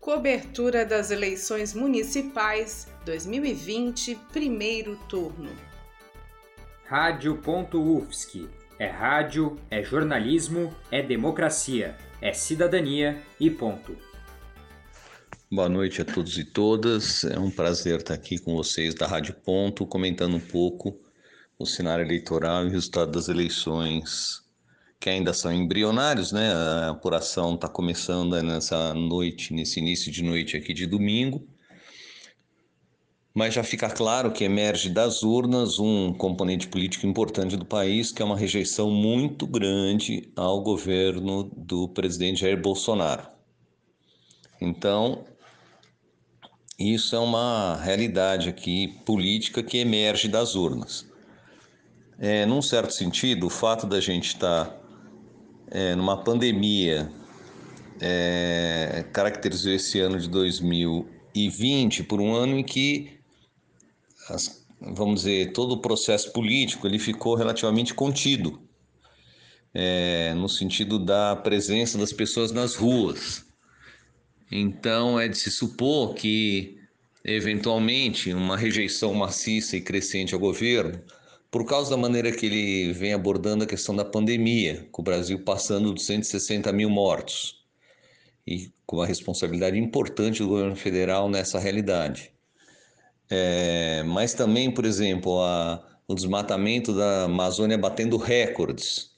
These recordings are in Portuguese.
Cobertura das eleições municipais 2020, primeiro turno. Rádio.UFSC. É rádio, é jornalismo, é democracia, é cidadania e ponto. Boa noite a todos e todas. É um prazer estar aqui com vocês da Rádio Ponto, comentando um pouco o cenário eleitoral e o resultado das eleições, que ainda são embrionários, né? A apuração está começando nessa noite, nesse início de noite aqui de domingo. Mas já fica claro que emerge das urnas um componente político importante do país, que é uma rejeição muito grande ao governo do presidente Jair Bolsonaro. Então, isso é uma realidade aqui política que emerge das urnas. Num certo sentido, o fato da gente estar numa pandemia caracterizou esse ano de 2020 por um ano em que, vamos dizer, todo o processo político ele ficou relativamente contido, no sentido da presença das pessoas nas ruas. Então é de se supor que, eventualmente, uma rejeição maciça e crescente ao governo, por causa da maneira que ele vem abordando a questão da pandemia, com o Brasil passando dos 160 mil mortos, e com uma responsabilidade importante do governo federal nessa realidade. Mas também, por exemplo, o desmatamento da Amazônia batendo recordes.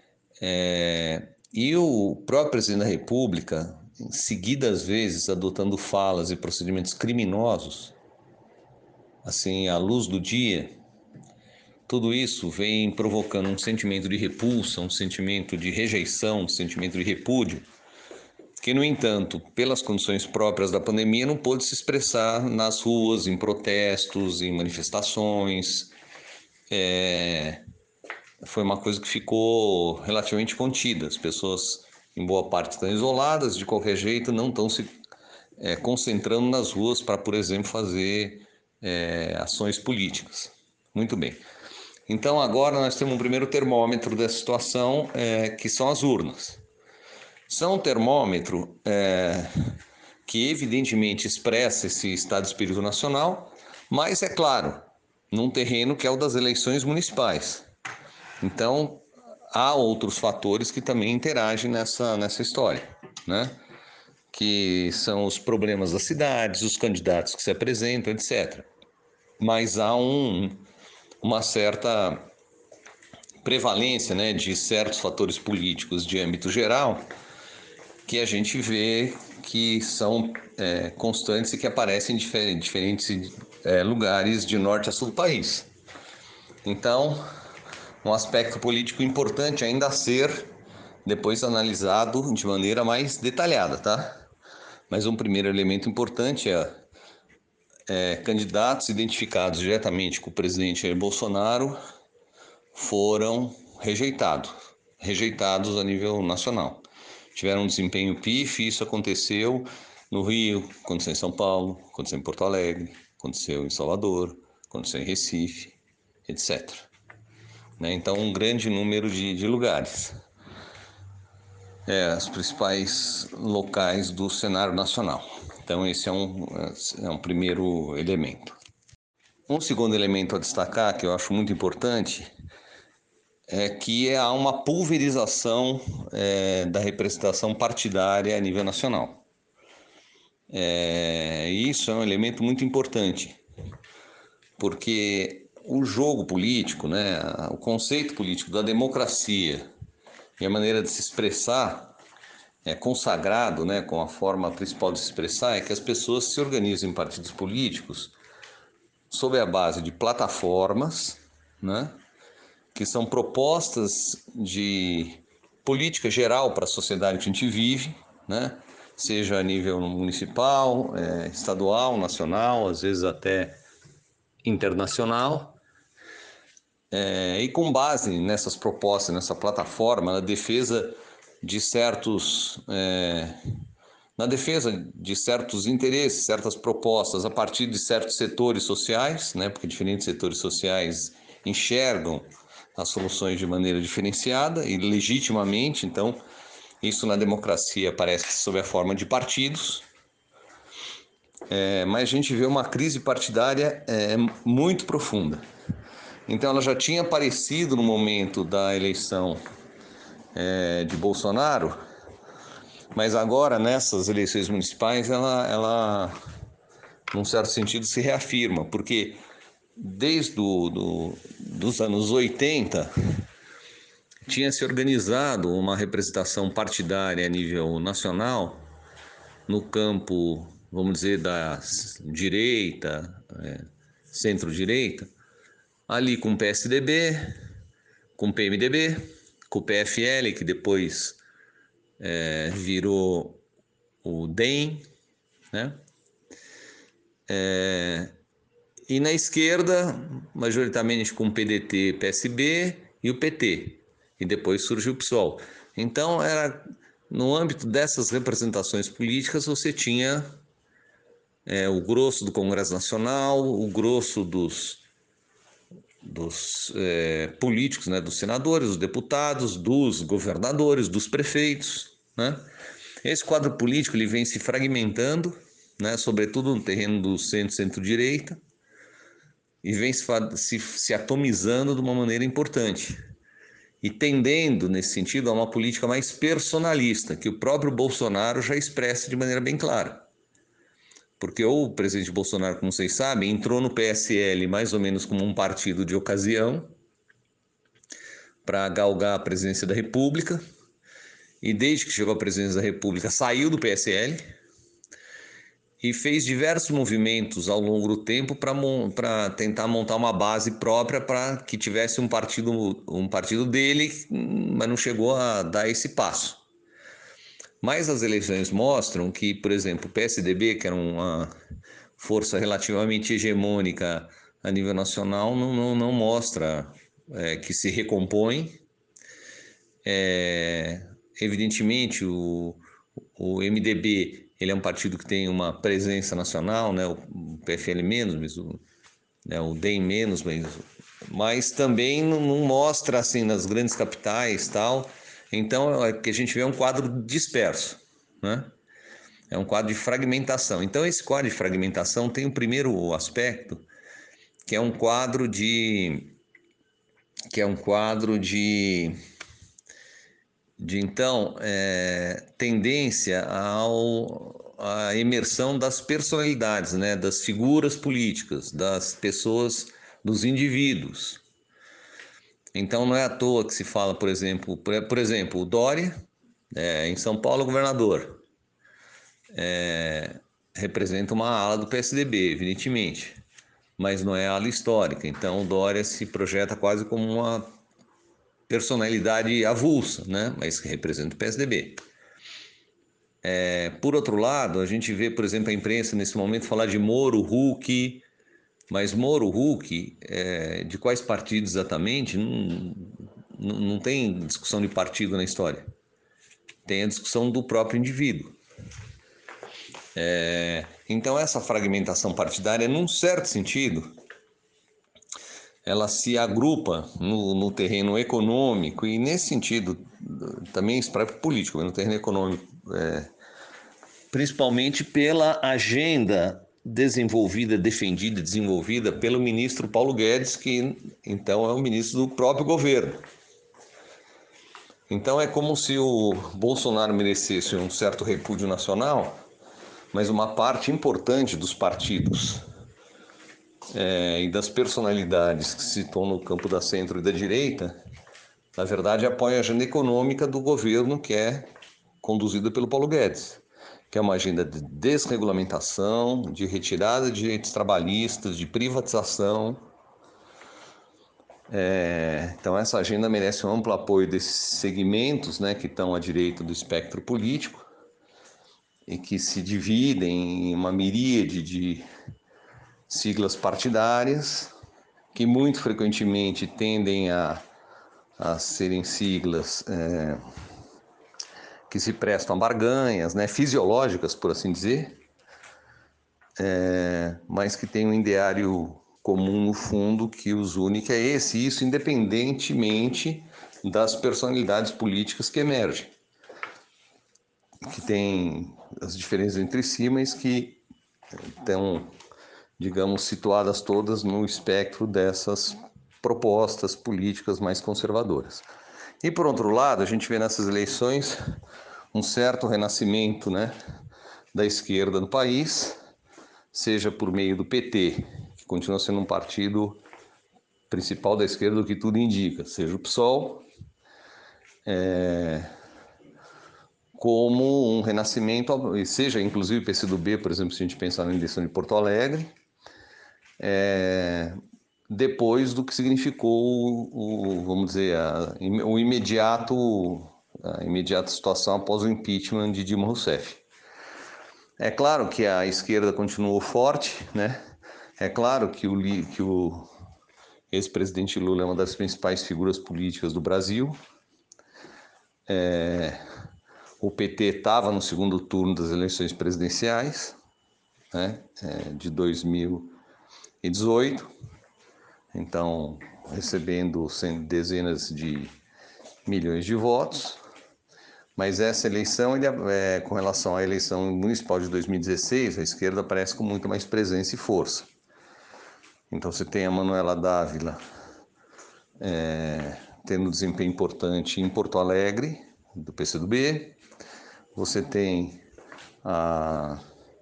E o próprio presidente da República, seguidas vezes adotando falas e procedimentos criminosos, assim, à luz do dia, tudo isso vem provocando um sentimento de repulsa, um sentimento de rejeição, um sentimento de repúdio, que, no entanto, pelas condições próprias da pandemia, não pôde se expressar nas ruas, em protestos, em manifestações. Foi uma coisa que ficou relativamente contida. As pessoas, em boa parte, estão isoladas, de qualquer jeito, não estão se concentrando nas ruas para, por exemplo, fazer ações políticas. Muito bem. Então, agora nós temos um primeiro termômetro dessa situação, que são as urnas. São um termômetro que, evidentemente, expressa esse estado de espírito nacional, mas, é claro, num terreno que é o das eleições municipais. Então, há outros fatores que também interagem nessa história, né? Que são os problemas das cidades, os candidatos que se apresentam, etc. Mas há uma certa prevalência, né, de certos fatores políticos de âmbito geral que a gente vê que são constantes e que aparecem em diferentes lugares de norte a sul do país. Então, um aspecto político importante ainda a ser depois analisado de maneira mais detalhada, tá? Mas um primeiro elemento importante candidatos identificados diretamente com o presidente Jair Bolsonaro foram rejeitados a nível nacional. Tiveram um desempenho pífio, isso aconteceu no Rio, aconteceu em São Paulo, aconteceu em Porto Alegre, aconteceu em Salvador, aconteceu em Recife, etc. Então, um grande número de lugares. Os principais locais do cenário nacional. Então, esse é um primeiro elemento. Um segundo elemento a destacar, que eu acho muito importante, é que há uma pulverização da representação partidária a nível nacional. Isso é um elemento muito importante, porque o jogo político, né, o conceito político da democracia e a maneira de se expressar é consagrado, né, com a forma principal de se expressar, é que as pessoas se organizam em partidos políticos sob a base de plataformas, né, que são propostas de política geral para a sociedade que a gente vive, né, seja a nível municipal, estadual, nacional, às vezes até internacional. E com base nessas propostas, nessa plataforma, na defesa de certos interesses, certas propostas a partir de certos setores sociais, né, porque diferentes setores sociais enxergam as soluções de maneira diferenciada e legitimamente. Então, isso na democracia aparece sob a forma de partidos, mas a gente vê uma crise partidária muito profunda. Então ela já tinha aparecido no momento da eleição de Bolsonaro, mas agora nessas eleições municipais ela num certo sentido se reafirma, porque desde dos anos 80 tinha se organizado uma representação partidária a nível nacional no campo, vamos dizer, da direita, centro-direita, ali com o PSDB, com o PMDB, com o PFL, que depois virou o DEM, né? E na esquerda, majoritariamente com o PDT, PSB e o PT, e depois surgiu o PSOL. Então, no âmbito dessas representações políticas, você tinha o grosso do Congresso Nacional, o grosso dos políticos, né, dos senadores, dos deputados, dos governadores, dos prefeitos, né? Esse quadro político ele vem se fragmentando, né, sobretudo no terreno do centro-direita, e vem se atomizando de uma maneira importante e tendendo, nesse sentido, a uma política mais personalista, que o próprio Bolsonaro já expressa de maneira bem clara. Porque o presidente Bolsonaro, como vocês sabem, entrou no PSL mais ou menos como um partido de ocasião para galgar a presidência da República, e desde que chegou à presidência da República saiu do PSL e fez diversos movimentos ao longo do tempo para tentar montar uma base própria para que tivesse um partido dele, mas não chegou a dar esse passo. Mas as eleições mostram que, por exemplo, o PSDB, que era uma força relativamente hegemônica a nível nacional, não mostra que se recompõe. Evidentemente, o MDB ele é um partido que tem uma presença nacional, né? O PFL menos, mas o DEM menos, mas também não mostra assim nas grandes capitais tal. Então o que a gente vê é um quadro disperso, né? É um quadro de fragmentação. Então esse quadro de fragmentação tem o primeiro aspecto, que é um quadro de então tendência à imersão das personalidades, né, das figuras políticas, das pessoas, dos indivíduos. Então não é à toa que se fala, por exemplo, o Dória, em São Paulo, governador, representa uma ala do PSDB, evidentemente, mas não é a ala histórica. Então o Dória se projeta quase como uma personalidade avulsa, né, mas que representa o PSDB. Por outro lado, a gente vê, por exemplo, a imprensa nesse momento falar de Moro, Huck, mas Moro, Huck, de quais partidos exatamente? Não tem discussão de partido na história. Tem a discussão do próprio indivíduo. Então essa fragmentação partidária, num certo sentido, ela se agrupa no terreno econômico e nesse sentido também isso para político, mas no terreno econômico, principalmente pela agenda desenvolvida pelo ministro Paulo Guedes, que então é o ministro do próprio governo. Então é como se o Bolsonaro merecesse um certo repúdio nacional, mas uma parte importante dos partidos e das personalidades que se estão no campo da centro e da direita, na verdade apoia a agenda econômica do governo que é conduzida pelo Paulo Guedes, que é uma agenda de desregulamentação, de retirada de direitos trabalhistas, de privatização. Então essa agenda merece um amplo apoio desses segmentos, né, que estão à direita do espectro político e que se dividem em uma miríade de siglas partidárias, que muito frequentemente tendem a serem siglas que se prestam a barganhas, né, fisiológicas, por assim dizer, mas que tem um ideário comum no fundo que os une, que é isso independentemente das personalidades políticas que emergem, que tem as diferenças entre si, mas que estão, digamos, situadas todas no espectro dessas propostas políticas mais conservadoras. E, por outro lado, a gente vê nessas eleições um certo renascimento, né, da esquerda no país, seja por meio do PT, que continua sendo um partido principal da esquerda, o que tudo indica, seja o PSOL, como um renascimento, seja inclusive o PCdoB, por exemplo, se a gente pensar na eleição de Porto Alegre, depois do que significou vamos dizer, a imediata situação após o impeachment de Dilma Rousseff. É claro que a esquerda continuou forte, né? É claro que o ex-presidente Lula é uma das principais figuras políticas do Brasil. O PT estava no segundo turno das eleições presidenciais, né, de 2018, então recebendo dezenas de milhões de votos. Mas essa eleição, com relação à eleição municipal de 2016, a esquerda aparece com muito mais presença e força. Então você tem a Manuela Dávila tendo um desempenho importante em Porto Alegre, do PCdoB. Você tem o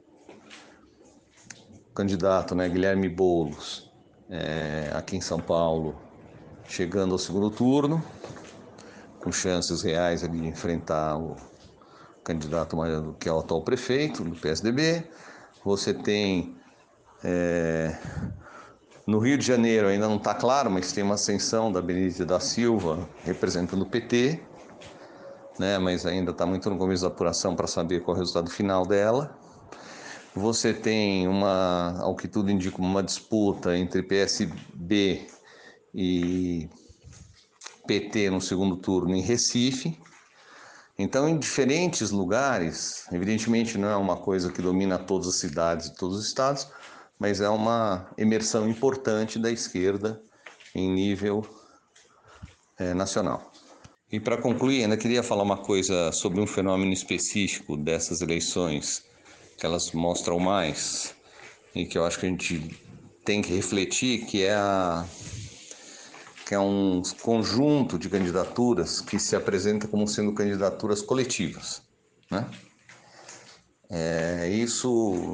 candidato, né, Guilherme Boulos, aqui em São Paulo, chegando ao segundo turno, com chances reais ali de enfrentar o candidato que é o atual prefeito do PSDB. Você tem no Rio de Janeiro, ainda não está claro, mas tem uma ascensão da Benedita da Silva representando o PT, né, mas ainda está muito no começo da apuração para saber qual é o resultado final dela. Você tem ao que tudo indica, uma disputa entre PSB e PT no segundo turno em Recife. Então, em diferentes lugares, evidentemente não é uma coisa que domina todas as cidades e todos os estados, mas é uma emersão importante da esquerda em nível nacional. E para concluir, ainda queria falar uma coisa sobre um fenômeno específico dessas eleições, que elas mostram mais e que eu acho que a gente tem que refletir, que é um conjunto de candidaturas que se apresenta como sendo candidaturas coletivas, né? Isso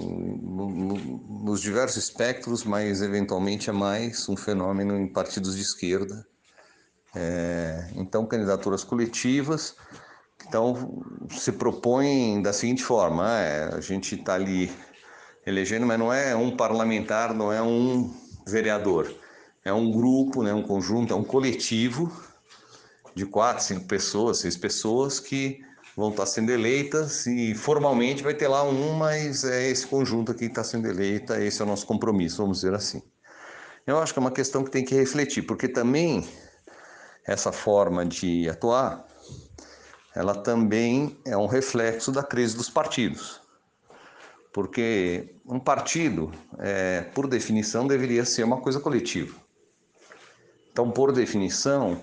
nos diversos espectros, mas eventualmente é mais um fenômeno em partidos de esquerda. Então, candidaturas coletivas, então se propõem da seguinte forma: a gente está ali elegendo, mas não é um parlamentar, não é um vereador, é um grupo, né, um conjunto, é um coletivo de 4, 5 pessoas, 6 pessoas que vão estar sendo eleitas e formalmente vai ter lá mas é esse conjunto aqui que está sendo eleita, esse é o nosso compromisso, vamos dizer assim. Eu acho que é uma questão que tem que refletir, porque também essa forma de atuar, ela também é um reflexo da crise dos partidos. Porque um partido, por definição, deveria ser uma coisa coletiva. Então, por definição,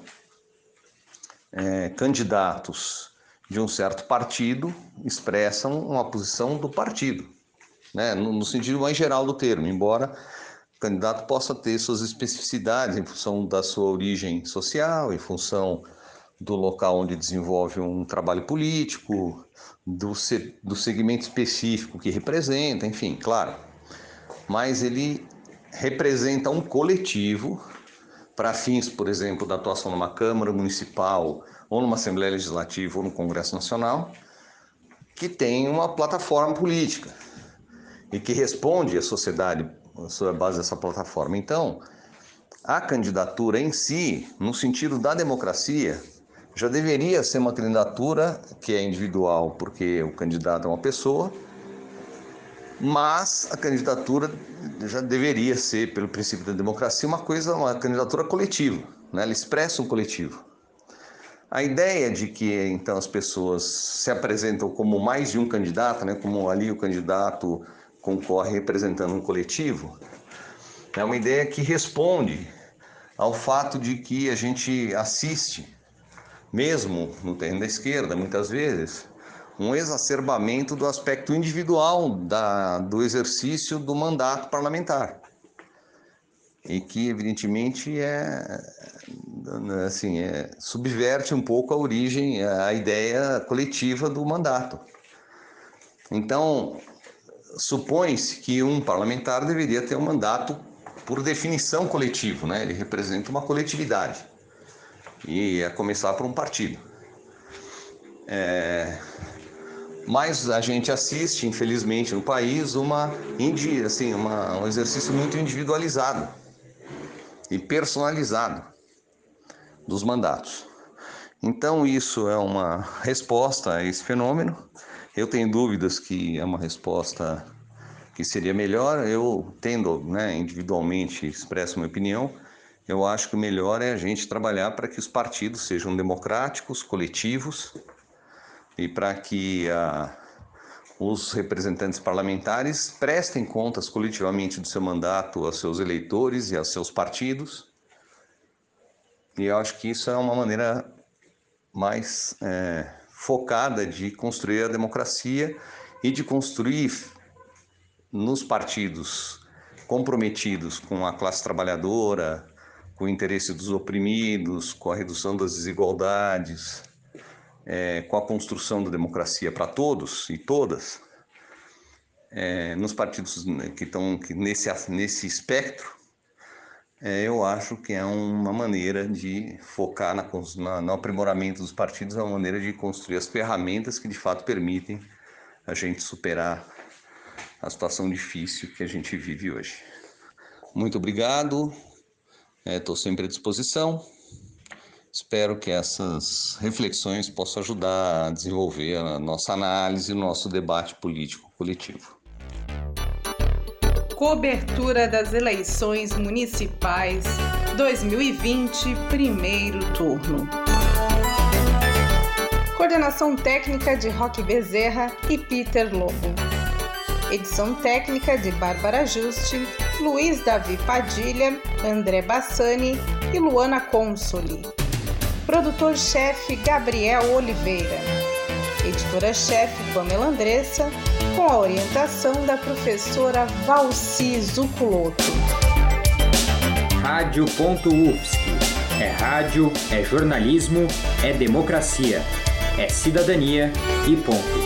candidatos de um certo partido expressam uma posição do partido, né? No sentido mais geral do termo, embora o candidato possa ter suas especificidades em função da sua origem social, em função do local onde desenvolve um trabalho político, do segmento específico que representa, enfim, claro. Mas ele representa um coletivo para fins, por exemplo, da atuação numa Câmara Municipal, ou numa Assembleia Legislativa, ou no Congresso Nacional, que tem uma plataforma política e que responde à sociedade sobre a base dessa plataforma. Então, a candidatura em si, no sentido da democracia, já deveria ser uma candidatura que é individual, porque o candidato é uma pessoa, mas a candidatura já deveria ser, pelo princípio da democracia, uma candidatura coletiva, né? Ela expressa um coletivo. A ideia de que então as pessoas se apresentam como mais de um candidato, né? Como ali o candidato concorre representando um coletivo, é uma ideia que responde ao fato de que a gente assiste, mesmo no terreno da esquerda, muitas vezes, um exacerbamento do aspecto individual do exercício do mandato parlamentar. E que, evidentemente, subverte um pouco a origem, a ideia coletiva do mandato. Então, supõe-se que um parlamentar deveria ter um mandato, por definição, coletivo, né? Ele representa uma coletividade, e a começar por um partido. Mas a gente assiste, infelizmente, no país, um exercício muito individualizado e personalizado dos mandatos. Então, isso é uma resposta a esse fenômeno. Eu tenho dúvidas que é uma resposta que seria melhor. Eu tendo, individualmente, expresso minha opinião. Eu acho que o melhor é a gente trabalhar para que os partidos sejam democráticos, coletivos, e para que os representantes parlamentares prestem contas coletivamente do seu mandato aos seus eleitores e aos seus partidos. E eu acho que isso é uma maneira mais focada de construir a democracia e de construir nos partidos comprometidos com a classe trabalhadora, com o interesse dos oprimidos, com a redução das desigualdades, com a construção da democracia para todos e todas, nos partidos que estão nesse espectro, eu acho que é uma maneira de focar no aprimoramento dos partidos, é uma maneira de construir as ferramentas que de fato permitem a gente superar a situação difícil que a gente vive hoje. Muito obrigado, estou sempre à disposição. Espero que essas reflexões possam ajudar a desenvolver a nossa análise e o nosso debate político coletivo. Cobertura das eleições municipais 2020, primeiro turno. Coordenação técnica de Roque Bezerra e Peter Lobo. Edição técnica de Bárbara Juste, Luiz Davi Padilha, André Bassani e Luana Consoli. Produtor-chefe Gabriel Oliveira. Editora-chefe Pamela Andressa, com a orientação da professora Valci Zuculoto. Rádio.UFSC. É rádio, é jornalismo, é democracia, é cidadania e ponto.